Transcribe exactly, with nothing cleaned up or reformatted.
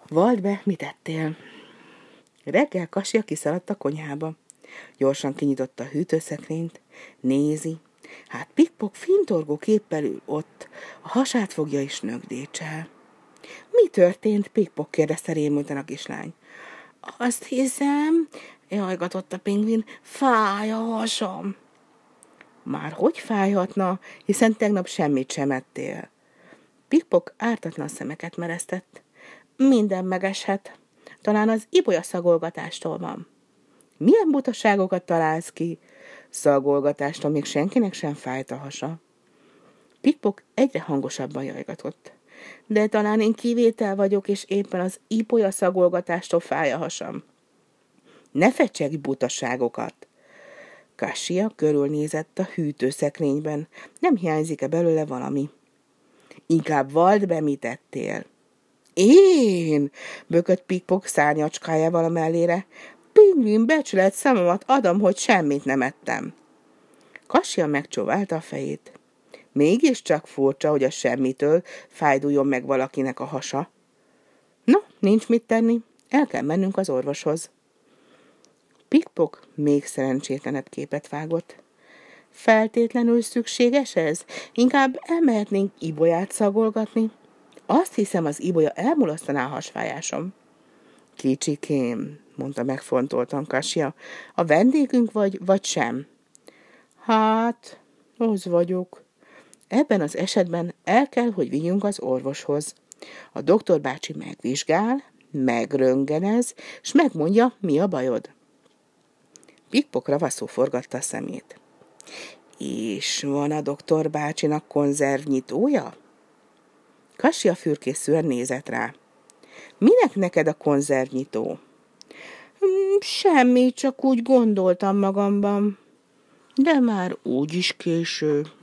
Vald be, mit ettél? Reggel Kasia kiszaladt a konyhába. Gyorsan kinyitotta a hűtőszekrényt. Nézi. Hát Pikpok fintorgó képpel ül ott. A hasát fogja és nögdécsel. Mi történt, Pikpok? kérdezte rémülten a kislány. Azt hiszem, jajgatott a pingvin, fáj a hasam. Már hogy fájhatna, hiszen tegnap semmit sem ettél. Pikpok ártatlan szemeket meresztett. Minden megeshet. Talán az ibolya szagolgatástól van. Milyen butaságokat találsz ki? Szagolgatástól még senkinek sem fájt a hasa. Pikpok egyre hangosabban jajgatott. De talán én kivétel vagyok, és éppen az ibolya szagolgatástól fáj a hasam. Ne fecsegj butaságokat! Kasia körülnézett a hűtőszekrényben. Nem hiányzik-e belőle valami? Inkább vald be, mit ettél. Én? Bökött Pikpok szárnyacskájával a mellére. Pingvin becsület szememet adom, hogy semmit nem ettem. Kasia megcsóválta a fejét. Mégiscsak furcsa, hogy a semmitől fájduljon meg valakinek a hasa. No, nincs mit tenni, el kell mennünk az orvoshoz. Pikpok még szerencsétlenebb képet vágott. Feltétlenül szükséges ez? Inkább elmehetnénk ibolyát szagolgatni. Azt hiszem, az ibolya elmulasztaná a hasfájásom. Kicsikém, mondta megfontoltan Kasia, a vendégünk vagy, vagy sem? Hát, az vagyok. Ebben az esetben el kell, hogy vigyünk az orvoshoz. A doktor bácsi megvizsgál, megröntgenez, s megmondja, mi a bajod. Pikpok ravaszul forgatta a szemét. És van a doktor bácsinak konzervnyitója? Kasia fürkészően nézett rá. Minek neked a konzervnyitó? Semmi, csak úgy gondoltam magamban. De már úgy is késő.